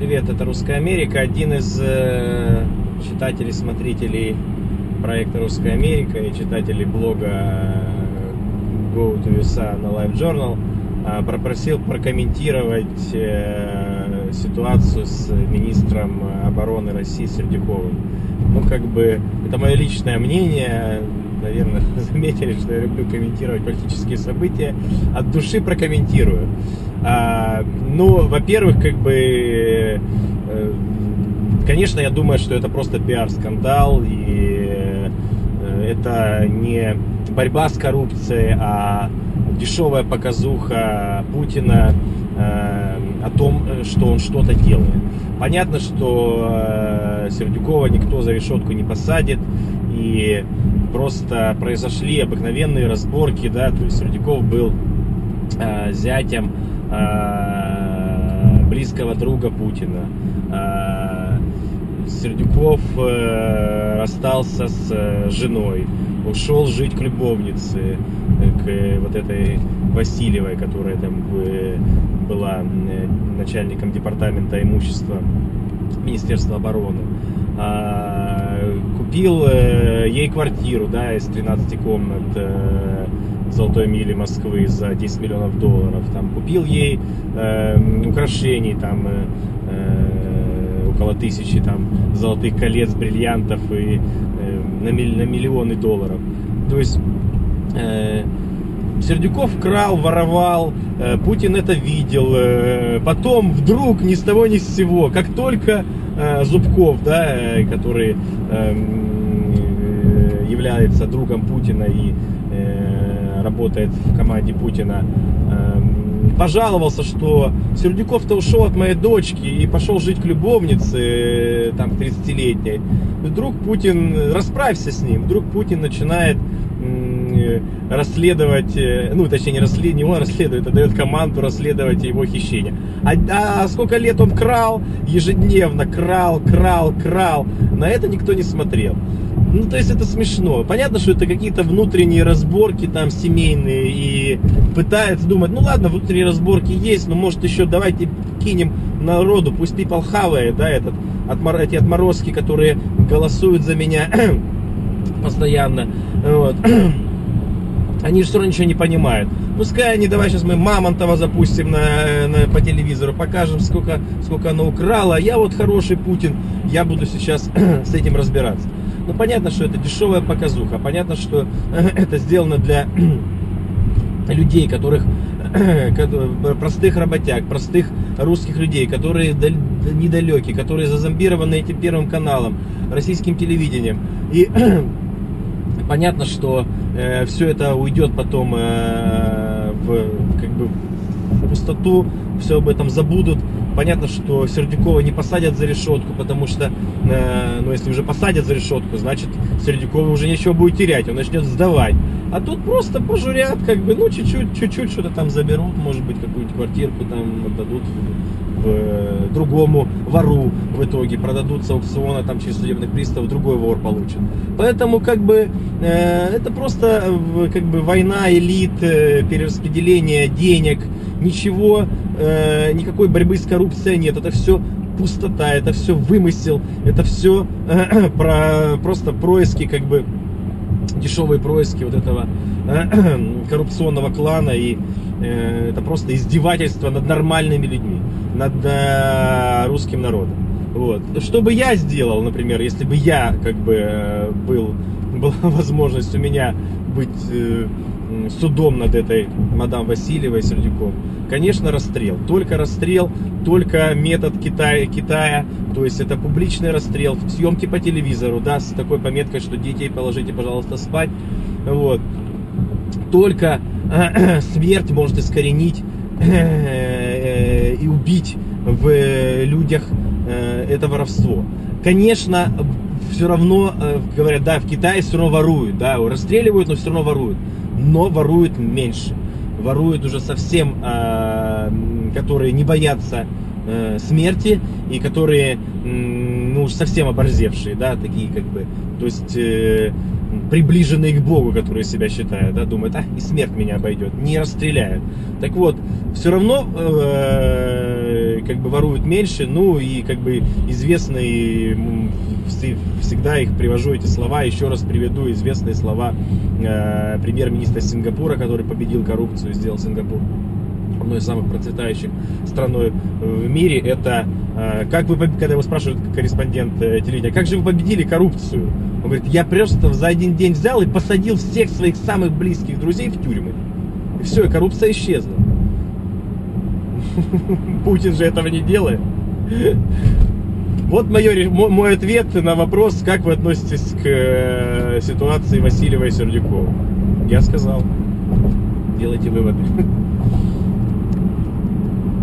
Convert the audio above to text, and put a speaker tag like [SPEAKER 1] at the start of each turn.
[SPEAKER 1] привет, это Русская Америка. Один из читателей, смотрителей проекта Русская Америка и читателей блога Go to USA на Live Journal попросил прокомментировать ситуацию с министром обороны России Сердюковым. Ну, как бы, это мое личное мнение. Наверное, заметили, что я люблю комментировать политические события. От души прокомментирую. Ну, во-первых, как бы, конечно, я думаю, что это просто пиар-скандал, и это не борьба с коррупцией, а дешевая показуха Путина о том, что он что-то делает. Понятно, что Сердюкова никто за решетку не посадит, и просто произошли обыкновенные разборки, да, то есть Сердюков был зятем близкого друга Путина. Сердюков расстался с женой, ушел жить к любовнице, к вот этой Васильевой, которая там была начальником департамента имущества Министерства обороны. Купил ей квартиру, да, из 13 комнат в Золотой Миле Москвы за 10 миллионов долларов. Там купил ей украшений, там около 1000 там золотых колец, бриллиантов и на миллионы долларов. То есть Сердюков крал, воровал, Путин это видел. Потом вдруг ни с того ни с сего, как только Зубков, да, который является другом Путина и работает в команде Путина, пожаловался, что Сердюков-то ушел от моей дочки и пошел жить к любовнице, там, 30-летней. Вдруг Путин, расправься с ним, вдруг Путин начинает расследовать, ну, точнее, не он расследует, а дает команду расследовать его хищение. А сколько лет он крал, ежедневно крал, на это никто не смотрел. Ну, то есть это смешно. Понятно, что это какие-то внутренние разборки там семейные, и пытаются думать, ну ладно, внутренние разборки есть, но может еще давайте кинем народу, пусть people хавает, да, эти отморозки, которые голосуют за меня постоянно, вот. Они же все равно ничего не понимают. Пускай они, давай сейчас мы Мамонтова запустим по телевизору, покажем, сколько она украла. Я вот хороший Путин, я буду сейчас с этим разбираться. Ну, понятно, что это дешевая показуха. Понятно, что это сделано для людей, простых работяг, простых русских людей, которые недалекие, которые зазомбированы этим Первым каналом, российским телевидением. И понятно, что все это уйдет потом в пустоту, все об этом забудут. Понятно, что Сердюкова не посадят за решетку, потому что, ну, если уже посадят за решетку, значит, Сердюкову уже нечего будет терять, он начнет сдавать. А тут просто пожурят, как бы, ну, чуть-чуть что-то там заберут, может быть, какую-нибудь квартирку там отдадут другому вору в итоге, продадут с аукциона там через судебных приставов, другой вор получит. Поэтому, как бы, это просто, как бы, война элит, перераспределение денег, ничего, никакой борьбы с коррупцией нет, это все пустота, это все вымысел, это все просто происки, как бы, дешевые происки вот этого коррупционного клана, и это просто издевательство над нормальными людьми, над русским народом. Вот. Что бы я сделал, например, если бы я, как бы, была возможность у меня быть судом над этой мадам Васильевой, Сердюком? Конечно, расстрел, только метод Китая, то есть это публичный расстрел, съемки по телевизору, да, с такой пометкой, что детей положите, пожалуйста, спать, вот. Только смерть может искоренить и убить в людях это воровство. Конечно, все равно, говорят, да, в Китае все равно воруют, да, расстреливают, но все равно воруют. Но воруют меньше. Воруют уже совсем, которые не боятся смерти, и которые, ну, совсем оборзевшие, да, такие, как бы, то есть приближенные к Богу, которые себя считают, да, думают, и смерть меня обойдет, не расстреляют. Так вот, все равно как бы воруют меньше, ну и как бы известные, всегда их привожу эти слова, еще раз приведу известные слова премьер-министра Сингапура, который победил коррупцию и сделал Сингапур одной из самых процветающих страной в мире. Это как вы, когда его спрашивают корреспондент телевидения, как же вы победили коррупцию? Он говорит, я просто за один день взял и посадил всех своих самых близких друзей в тюрьмы. И все, и коррупция исчезла. Путин же этого не делает. Вот мой ответ на вопрос, как вы относитесь к ситуации Васильева и Сердюкова. Я сказал, делайте выводы.